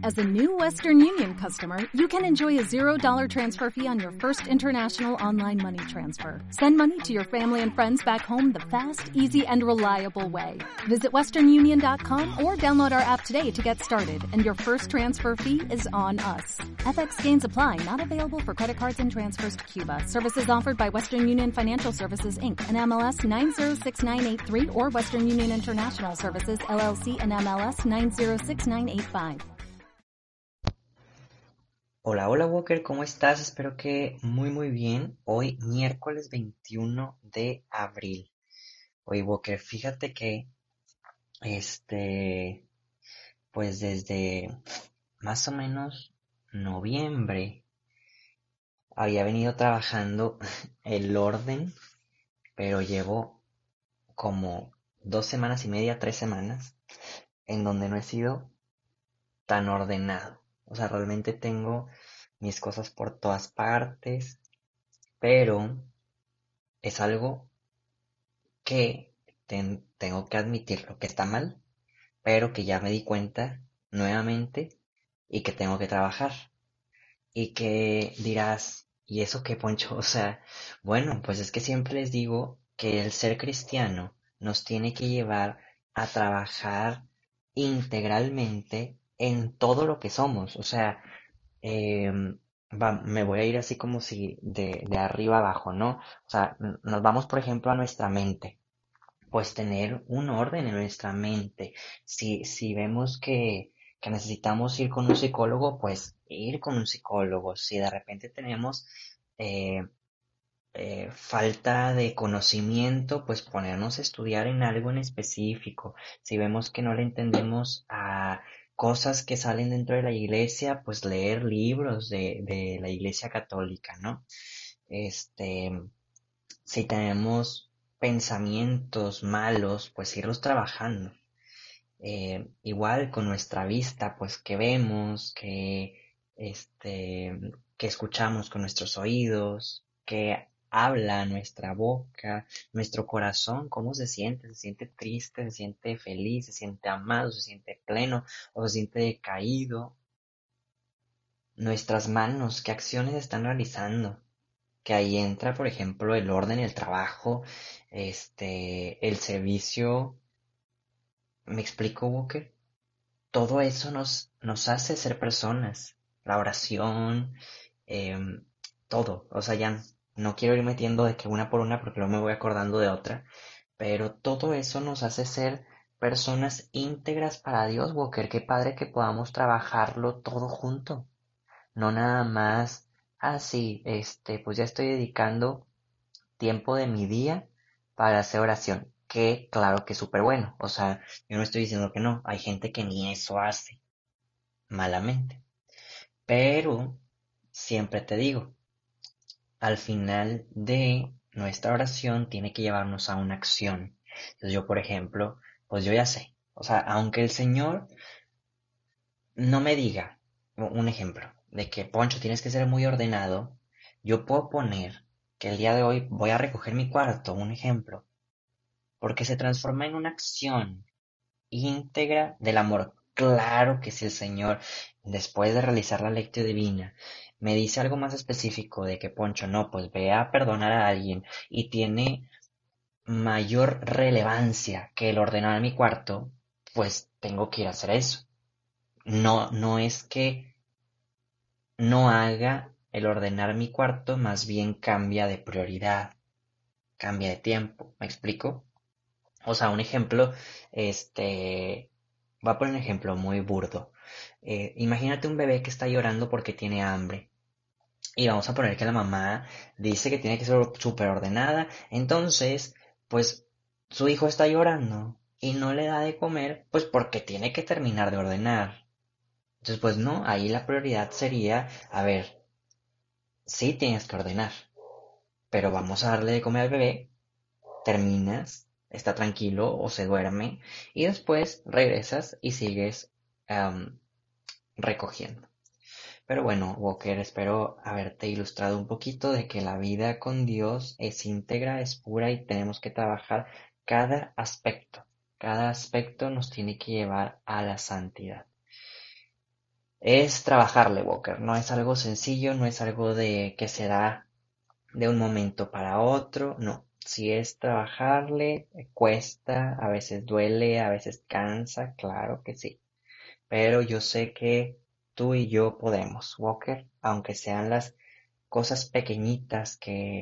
As a new Western Union customer, you can enjoy a $0 transfer fee on your first international online money transfer. Send money to your family and friends back home the fast, easy, and reliable way. Visit westernunion.com or download our app today to get started, and your first transfer fee is on us. FX gains apply, not available for credit cards and transfers to Cuba. Services offered by Western Union Financial Services, Inc., and MLS 906983, or Western Union International Services, LLC, and MLS 906985. Hola, hola Walker, ¿cómo estás? Espero que muy bien. Hoy miércoles 21 de abril. Oye Walker, fíjate que pues desde más o menos noviembre había venido trabajando el orden, pero llevo como 2 semanas y media, 3 semanas, en donde no he sido tan ordenado. O sea, realmente tengo mis cosas por todas partes, pero es algo que tengo que admitirlo, que está mal, pero que ya me di cuenta nuevamente y que tengo que trabajar. Y que dirás, ¿y eso qué, Poncho? O sea, bueno, pues es que siempre les digo que el ser cristiano nos tiene que llevar a trabajar integralmente en todo lo que somos. O sea, me voy a ir así como si de arriba abajo, ¿no? O sea, nos vamos, por ejemplo, a nuestra mente. Pues tener un orden en nuestra mente. Si vemos que necesitamos ir con un psicólogo, pues ir con un psicólogo. Si de repente tenemos eh, falta de conocimiento, pues ponernos a estudiar en algo en específico. Si vemos que no le entendemos a cosas que salen dentro de la iglesia, pues leer libros de la iglesia católica, ¿no? Si tenemos pensamientos malos, pues irlos trabajando. Igual con nuestra vista, pues que vemos, que escuchamos con nuestros oídos, que habla nuestra boca, nuestro corazón, cómo se siente triste, se siente feliz, se siente amado, se siente pleno o se siente decaído. Nuestras manos, qué acciones están realizando, que ahí entra, por ejemplo, el orden, el trabajo, el servicio. ¿Me explico, Walker? Todo eso nos hace ser personas. La oración, todo. O sea, ya no quiero ir metiendo de que una por una porque luego me voy acordando de otra. Pero todo eso nos hace ser personas íntegras para Dios, Walker. Qué padre que podamos trabajarlo todo junto. No nada más, sí, pues ya estoy dedicando tiempo de mi día para hacer oración. Que claro que es súper bueno. O sea, yo no estoy diciendo que no. Hay gente que ni eso hace malamente. Pero siempre te digo, al final de nuestra oración tiene que llevarnos a una acción. Entonces yo, por ejemplo, pues yo ya sé. O sea, aunque el Señor no me diga un ejemplo de que Poncho tienes que ser muy ordenado, yo puedo poner que el día de hoy voy a recoger mi cuarto, un ejemplo, porque se transforma en una acción íntegra del amor. Claro que si el Señor, después de realizar la lectio divina, me dice algo más específico de que Poncho, no, pues ve a perdonar a alguien y tiene mayor relevancia que el ordenar mi cuarto, pues tengo que ir a hacer eso. No es que no haga el ordenar mi cuarto, más bien cambia de prioridad, cambia de tiempo. ¿Me explico? O sea, un ejemplo, voy a poner un ejemplo muy burdo. Imagínate un bebé que está llorando porque tiene hambre. Y vamos a poner que la mamá dice que tiene que ser súper ordenada. Entonces, pues su hijo está llorando y no le da de comer, pues porque tiene que terminar de ordenar. Entonces, pues no, ahí la prioridad sería, a ver, sí tienes que ordenar, pero vamos a darle de comer al bebé, terminas, está tranquilo o se duerme y después regresas y sigues recogiendo. Pero bueno, Walker, espero haberte ilustrado un poquito de que la vida con Dios es íntegra, es pura y tenemos que trabajar cada aspecto. Cada aspecto nos tiene que llevar a la santidad. Es trabajarle, Walker. No es algo sencillo, no es algo de que se da de un momento para otro, no. Si es trabajarle, cuesta, a veces duele, a veces cansa, claro que sí. Pero yo sé que tú y yo podemos, Walker, aunque sean las cosas pequeñitas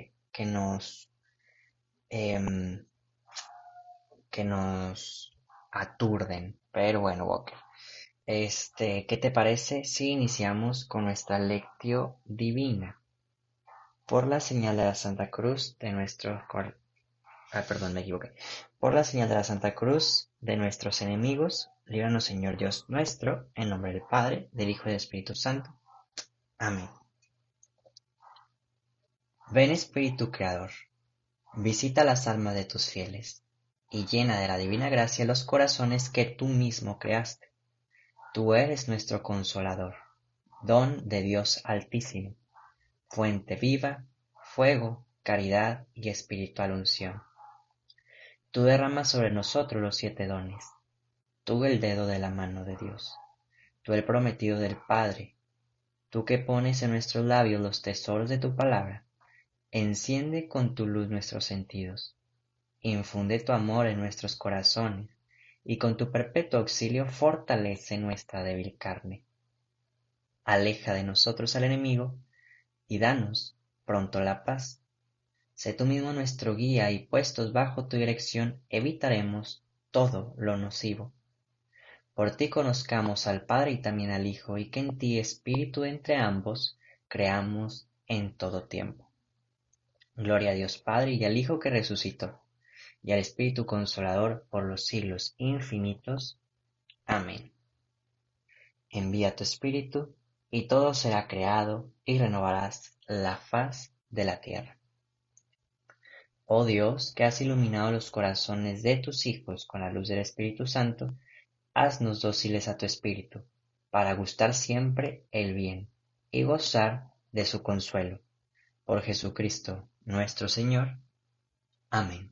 em, que nos aturden. Pero bueno, Walker, ¿qué te parece si iniciamos con nuestra lectio divina? Por la señal de la Santa Cruz de perdón, me equivoqué. Por la señal de la Santa Cruz de nuestros enemigos, líbranos Señor Dios nuestro, en nombre del Padre, del Hijo y del Espíritu Santo. Amén. Ven Espíritu Creador, visita las almas de tus fieles, y llena de la divina gracia los corazones que tú mismo creaste. Tú eres nuestro consolador, don de Dios Altísimo, fuente viva, fuego, caridad y espiritual unción. Tú derramas sobre nosotros los 7 dones, tú el dedo de la mano de Dios, tú el prometido del Padre, tú que pones en nuestros labios los tesoros de tu palabra, enciende con tu luz nuestros sentidos, infunde tu amor en nuestros corazones, y con tu perpetuo auxilio fortalece nuestra débil carne. Aleja de nosotros al enemigo, y danos pronto la paz. Sé tú mismo nuestro guía, y puestos bajo tu dirección evitaremos todo lo nocivo. Por ti conozcamos al Padre y también al Hijo, y que en ti, Espíritu entre ambos, creamos en todo tiempo. Gloria a Dios Padre y al Hijo que resucitó, y al Espíritu Consolador por los siglos infinitos. Amén. Envía tu Espíritu, y todo será creado, y renovarás la faz de la tierra. Oh Dios, que has iluminado los corazones de tus hijos con la luz del Espíritu Santo, haznos dóciles a tu Espíritu, para gustar siempre el bien y gozar de su consuelo. Por Jesucristo nuestro Señor. Amén.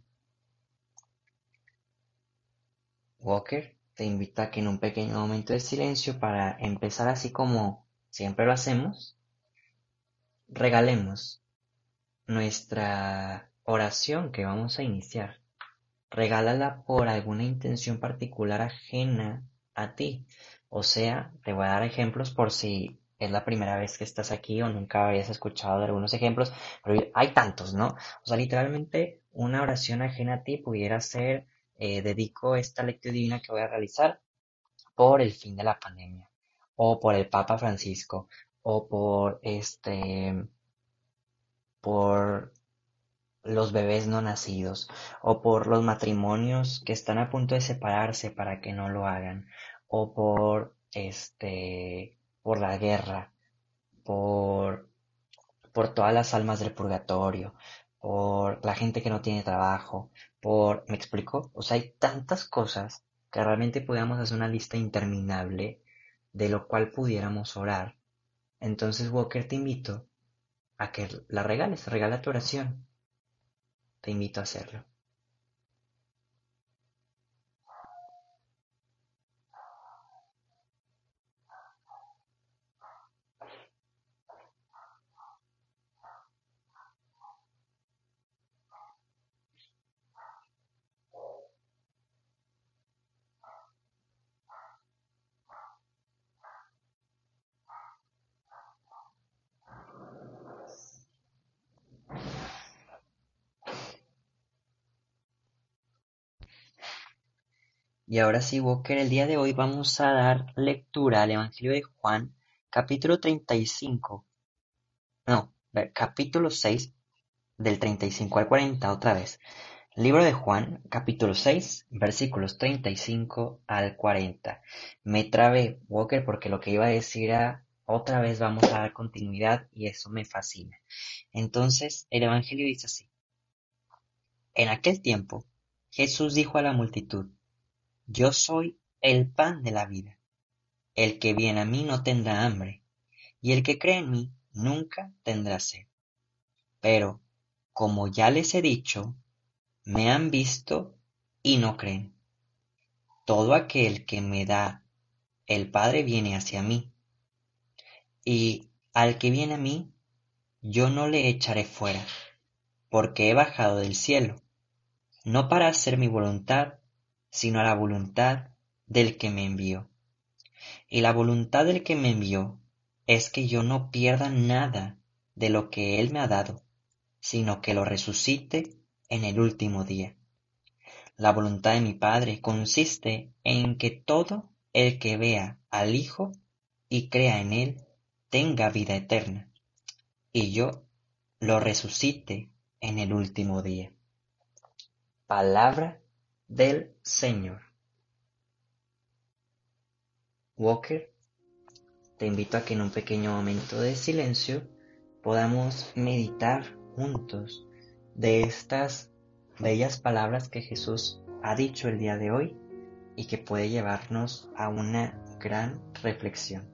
Walker, te invito a que en un pequeño momento de silencio, para empezar así como siempre lo hacemos, regalemos nuestra oración que vamos a iniciar. Regálala por alguna intención particular ajena a ti. O sea, te voy a dar ejemplos por si es la primera vez que estás aquí o nunca habías escuchado de algunos ejemplos, pero hay tantos, ¿no? O sea, literalmente una oración ajena a ti pudiera ser, dedico esta lectura divina que voy a realizar por el fin de la pandemia, o por el Papa Francisco, o por los bebés no nacidos, o por los matrimonios que están a punto de separarse para que no lo hagan, o por la guerra, por, por todas las almas del purgatorio, por la gente que no tiene trabajo, ¿me explico? O sea, hay tantas cosas que realmente pudiéramos hacer una lista interminable de lo cual pudiéramos orar. Entonces, Walker, te invito a que la regales, regala tu oración. Te invito a hacerlo. Y ahora sí, Walker, el día de hoy vamos a dar lectura al Evangelio de Juan, capítulo 35, no, capítulo 6, del 35 al 40, otra vez. Libro de Juan, capítulo 6, versículos 35 al 40. Me trabé, Walker, porque lo que iba a decir era, otra vez vamos a dar continuidad y eso me fascina. Entonces, el Evangelio dice así. En aquel tiempo, Jesús dijo a la multitud, yo soy el pan de la vida. El que viene a mí no tendrá hambre, y el que cree en mí nunca tendrá sed. Pero, como ya les he dicho, me han visto y no creen. Todo aquel que me da el Padre viene hacia mí, Y al que viene a mí, yo no le echaré fuera, porque he bajado del cielo, no para hacer mi voluntad, sino a la voluntad del que me envió. Y la voluntad del que me envió es que yo no pierda nada de lo que él me ha dado, sino que lo resucite en el último día. La voluntad de mi Padre consiste en que todo el que vea al Hijo y crea en él tenga vida eterna, y yo lo resucite en el último día. Palabra del Señor. Walker, te invito a que en un pequeño momento de silencio podamos meditar juntos de estas bellas palabras que Jesús ha dicho el día de hoy y que puede llevarnos a una gran reflexión.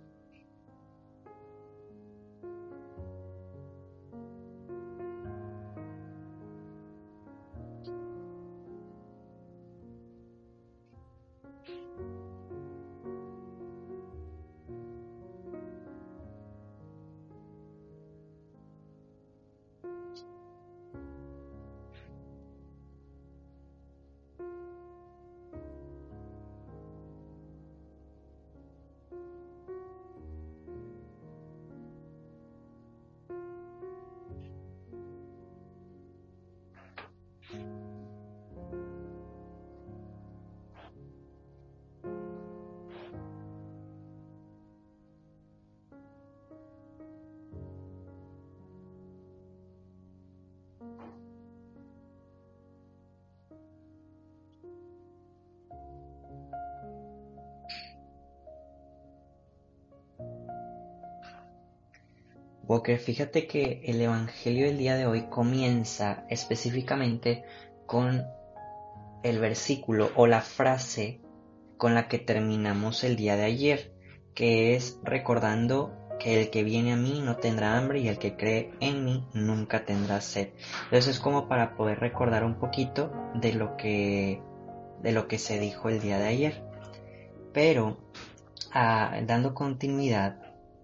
Walker, fíjate que el Evangelio del día de hoy comienza específicamente con el versículo o la frase con la que terminamos el día de ayer, que es recordando que el que viene a mí no tendrá hambre y el que cree en mí nunca tendrá sed. Entonces es como para poder recordar un poquito de lo que se dijo el día de ayer. Pero dando continuidad,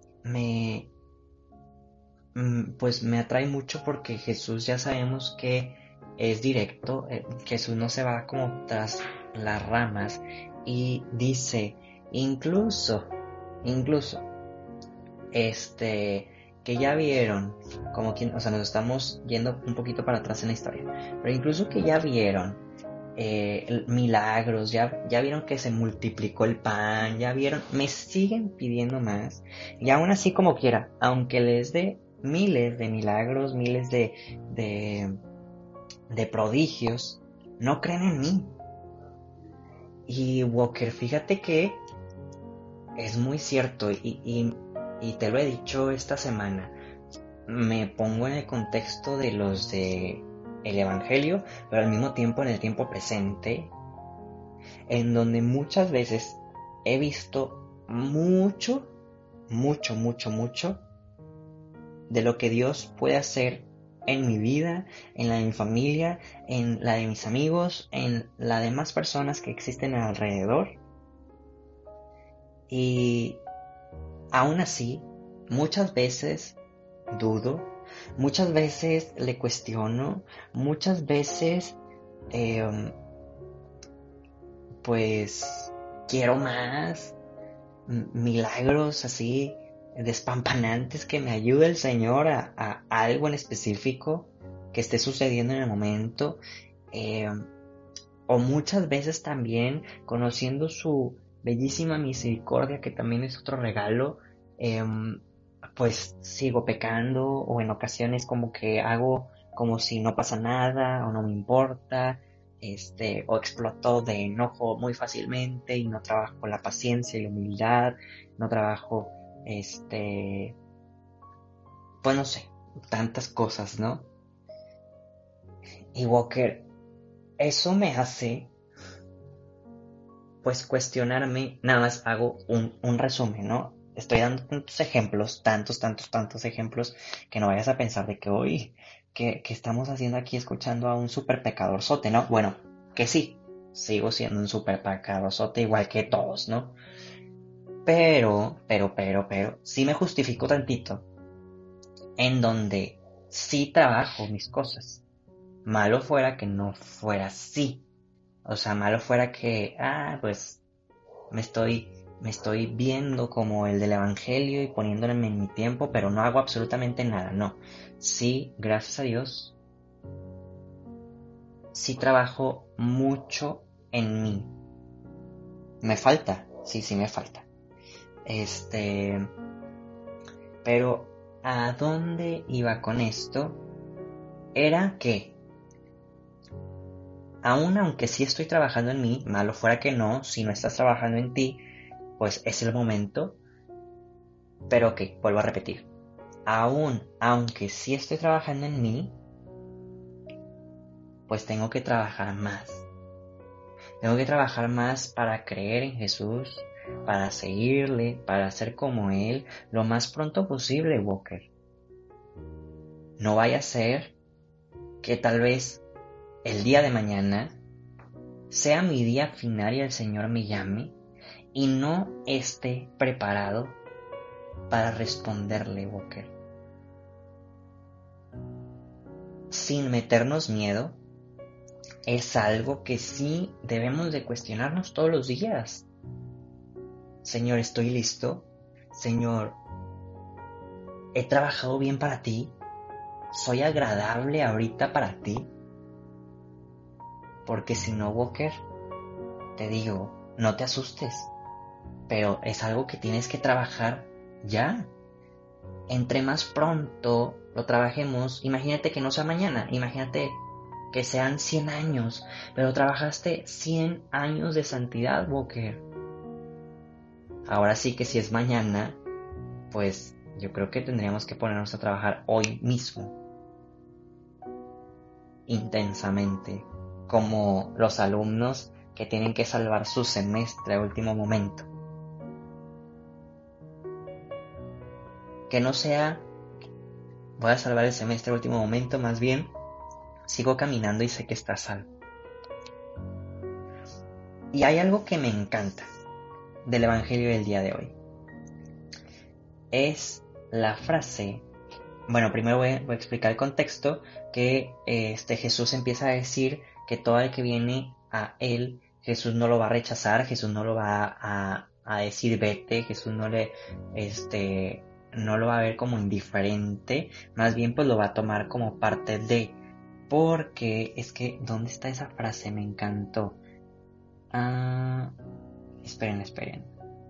pues me atrae mucho porque Jesús ya sabemos que es directo. Jesús no se va como tras las ramas y dice incluso, que ya vieron, como quien, o sea, nos estamos yendo un poquito para atrás en la historia, pero incluso que ya vieron milagros, ya vieron que se multiplicó el pan, ya vieron, me siguen pidiendo más, y aún así como quiera, aunque les dé miles de milagros, miles de prodigios, no creen en mí. Y Walker, fíjate que es muy cierto, y te lo he dicho esta semana, me pongo en el contexto de los de el Evangelio, pero al mismo tiempo en el tiempo presente, en donde muchas veces he visto mucho de lo que Dios puede hacer en mi vida, en la de mi familia, en la de mis amigos, en la de más personas que existen alrededor. Y aún así, muchas veces dudo, muchas veces le cuestiono, muchas veces pues quiero más milagros así despampanantes, que me ayude el Señor a algo en específico que esté sucediendo en el momento, o muchas veces también conociendo su bellísima misericordia, que también es otro regalo, pues sigo pecando, o en ocasiones como que hago como si no pasa nada o no me importa, o exploto de enojo muy fácilmente y no trabajo con la paciencia y la humildad, no trabajo, pues no sé, tantas cosas, ¿no? Y Walker, eso me hace pues cuestionarme. Nada más hago un resumen, ¿no? Estoy dando tantos ejemplos, tantos ejemplos, que no vayas a pensar de que hoy, que estamos haciendo aquí escuchando a un super pecadorzote, ¿no? Bueno, que sí, sigo siendo un super pecadorzote igual que todos, ¿no? pero, sí me justifico tantito en donde sí trabajo mis cosas. Malo fuera que no fuera así. O sea, malo fuera que, pues me estoy, me estoy viendo como el del Evangelio y poniéndome en mi tiempo, pero no hago absolutamente nada. No. Sí, gracias a Dios, sí trabajo mucho en mí. Me falta, sí me falta. Este, pero ¿a dónde iba con esto? Era que, aun aunque sí estoy trabajando en mí, malo fuera que no, si no estás trabajando en ti, pues es el momento, pero que, vuelvo a repetir, aun aunque sí estoy trabajando en mí, pues tengo que trabajar más. Tengo que trabajar más para creer en Jesús, para seguirle, para ser como Él, lo más pronto posible, Walker. No vaya a ser que tal vez el día de mañana sea mi día final y el Señor me llame y no esté preparado para responderle, Walker. Sin meternos miedo, es algo que sí debemos de cuestionarnos todos los días. Señor, ¿estoy listo? Señor, ¿he trabajado bien para ti? ¿Soy agradable ahorita para ti? Porque si no, Walker, te digo, no te asustes, pero es algo que tienes que trabajar ya. Entre más pronto lo trabajemos, imagínate que no sea mañana, imagínate que sean 100 años, pero trabajaste 100 años de santidad, Walker. Ahora sí que si es mañana, pues yo creo que tendríamos que ponernos a trabajar hoy mismo, intensamente, como los alumnos que tienen que salvar su semestre a último momento. Que no sea, voy a salvar el semestre a último momento, más bien, sigo caminando y sé que está salvo. Y hay algo que me encanta del Evangelio del día de hoy. Es la frase, bueno, primero voy a explicar el contexto, que Jesús empieza a decir que todo el que viene a Él, Jesús no lo va a rechazar, Jesús no lo va a decir vete, Jesús no lo va a ver como indiferente, más bien pues lo va a tomar como parte de, porque es que, ¿dónde está esa frase? Me encantó. Esperen.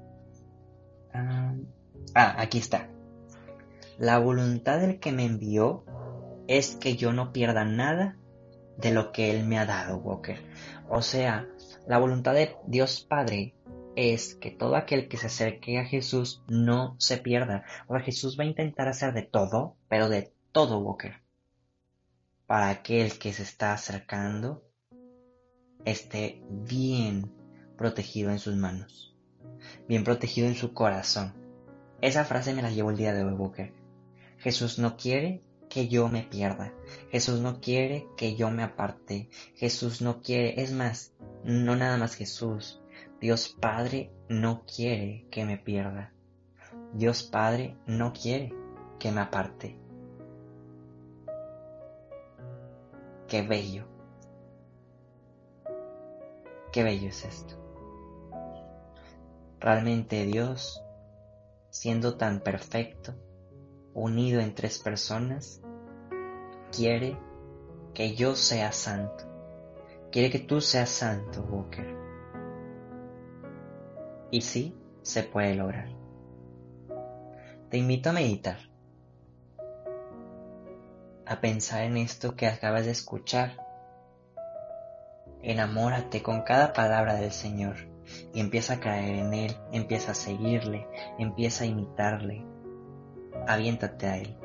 Aquí está. La voluntad del que me envió es que yo no pierda nada de lo que Él me ha dado, Walker. O sea, la voluntad de Dios Padre es que todo aquel que se acerque a Jesús no se pierda. O sea, Jesús va a intentar hacer de todo, pero de todo, Walker, para aquel que se está acercando esté bien protegido en sus manos, bien protegido en su corazón. Esa frase me la llevo el día de hoy, Walker. Jesús no quiere que yo me pierda. Jesús no quiere que yo me aparte. Jesús no quiere, es más, no nada más Jesús. Dios Padre no quiere que me pierda. Dios Padre no quiere que me aparte. Qué bello. Qué bello es esto. Realmente Dios, siendo tan perfecto, unido en tres personas, quiere que yo sea santo. Quiere que tú seas santo, Walker. Y sí, se puede lograr. Te invito a meditar, a pensar en esto que acabas de escuchar. Enamórate con cada palabra del Señor y empieza a caer en Él, empieza a seguirle, empieza a imitarle. Aviéntate a Él.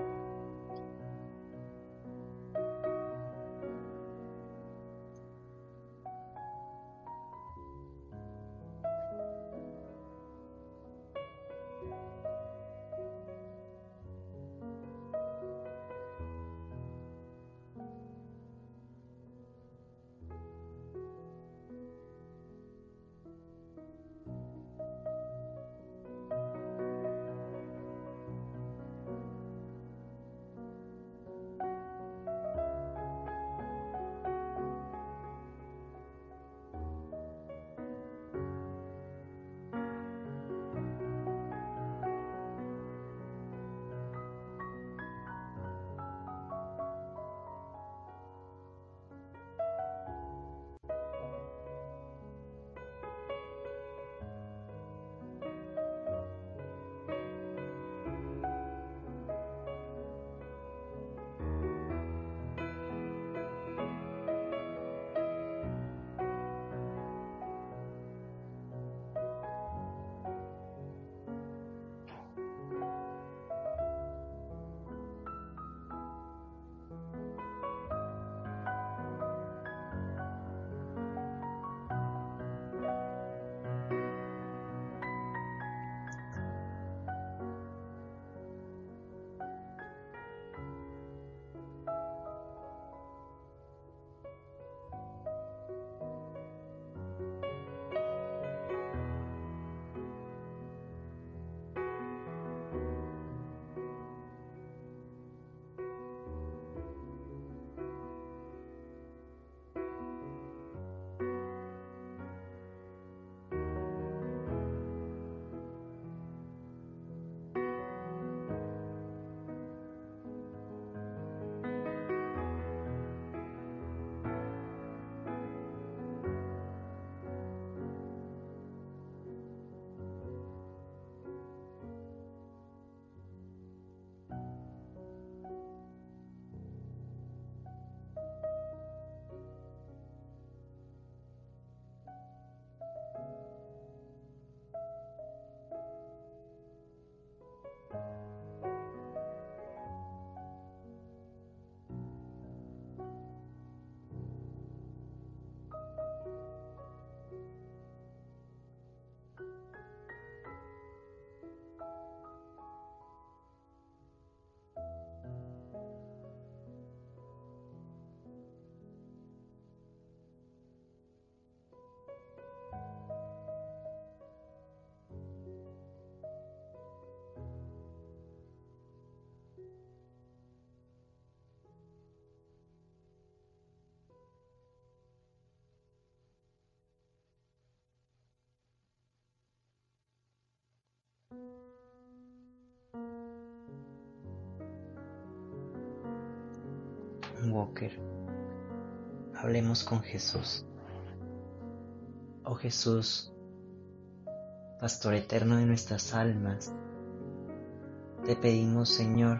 Walker, hablemos con Jesús. Oh Jesús, Pastor eterno de nuestras almas, te pedimos, Señor,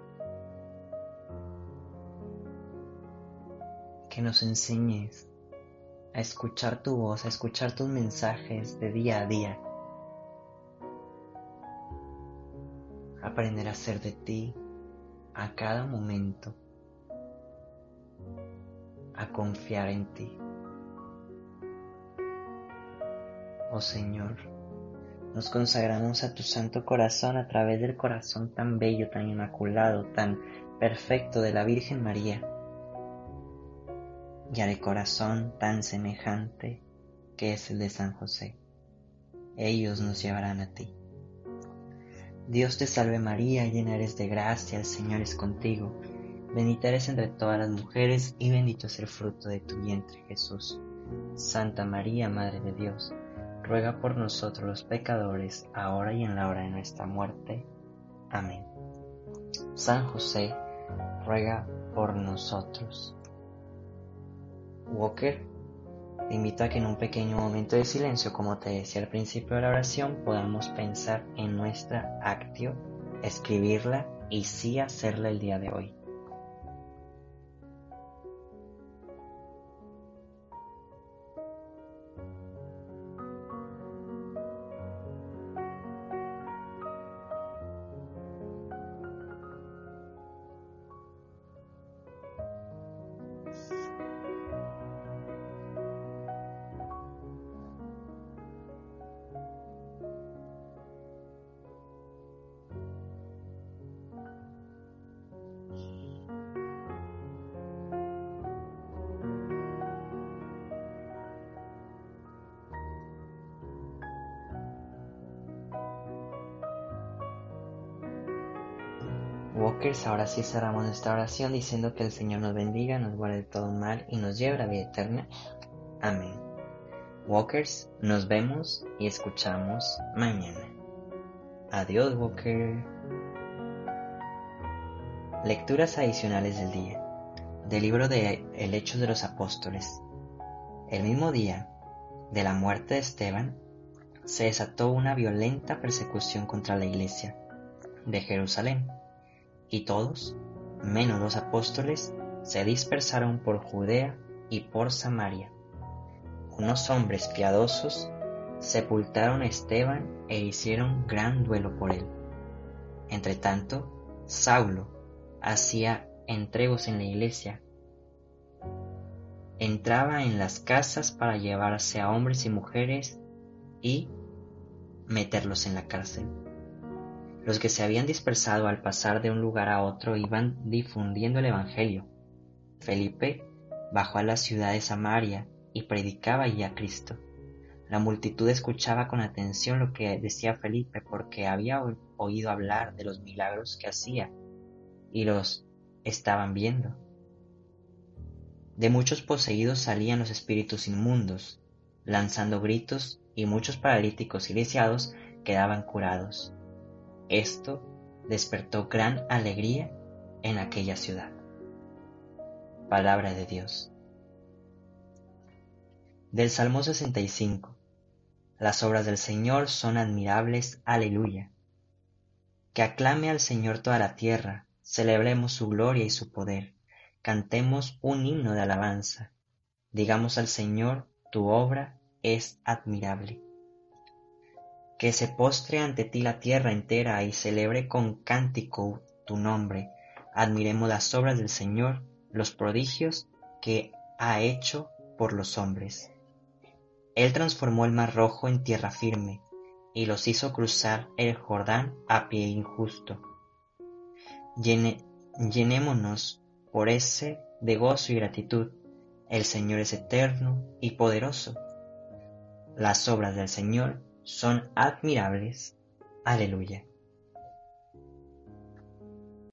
que nos enseñes a escuchar tu voz, a escuchar tus mensajes de día a día, a aprender a hacer de ti a cada momento, a confiar en ti. Oh Señor, nos consagramos a tu santo corazón a través del corazón tan bello, tan inmaculado, tan perfecto de la Virgen María, y al corazón tan semejante que es el de San José. Ellos nos llevarán a ti. Dios te salve María, llena eres de gracia, el Señor es contigo. Bendita eres entre todas las mujeres y bendito es el fruto de tu vientre, Jesús. Santa María, Madre de Dios, ruega por nosotros los pecadores, ahora y en la hora de nuestra muerte. Amén. San José, ruega por nosotros. Walker, te invito a que en un pequeño momento de silencio, como te decía al principio de la oración, podamos pensar en nuestra actio, escribirla y sí hacerla el día de hoy. Walkers, ahora sí cerramos nuestra oración diciendo que el Señor nos bendiga, nos guarde de todo mal y nos lleve a la vida eterna. Amén. Walkers, nos vemos y escuchamos mañana. Adiós, Walker. Lecturas adicionales del día. Del libro de El Hechos de los Apóstoles. El mismo día de la muerte de Esteban, se desató una violenta persecución contra la iglesia de Jerusalén. Y todos, menos los apóstoles, se dispersaron por Judea y por Samaria. Unos hombres piadosos sepultaron a Esteban e hicieron gran duelo por él. Entretanto, Saulo hacía entregos en la iglesia. Entraba en las casas para llevarse a hombres y mujeres y meterlos en la cárcel. Los que se habían dispersado al pasar de un lugar a otro iban difundiendo el evangelio. Felipe bajó a la ciudad de Samaria y predicaba allí a Cristo. La multitud escuchaba con atención lo que decía Felipe porque había oído hablar de los milagros que hacía y los estaban viendo. De muchos poseídos salían los espíritus inmundos, lanzando gritos, y muchos paralíticos y lisiados quedaban curados. Esto despertó gran alegría en aquella ciudad. Palabra de Dios. Del Salmo 65. Las obras del Señor son admirables, aleluya. Que aclame al Señor toda la tierra, celebremos su gloria y su poder, cantemos un himno de alabanza, digamos al Señor, tu obra es admirable. Que se postre ante ti la tierra entera y celebre con cántico tu nombre, admiremos las obras del Señor, los prodigios que ha hecho por los hombres. Él transformó el mar rojo en tierra firme, y los hizo cruzar el Jordán a pie injusto. Llenémonos por ese de gozo y gratitud. El Señor es eterno y poderoso. Las obras del Señor son admirables. Aleluya.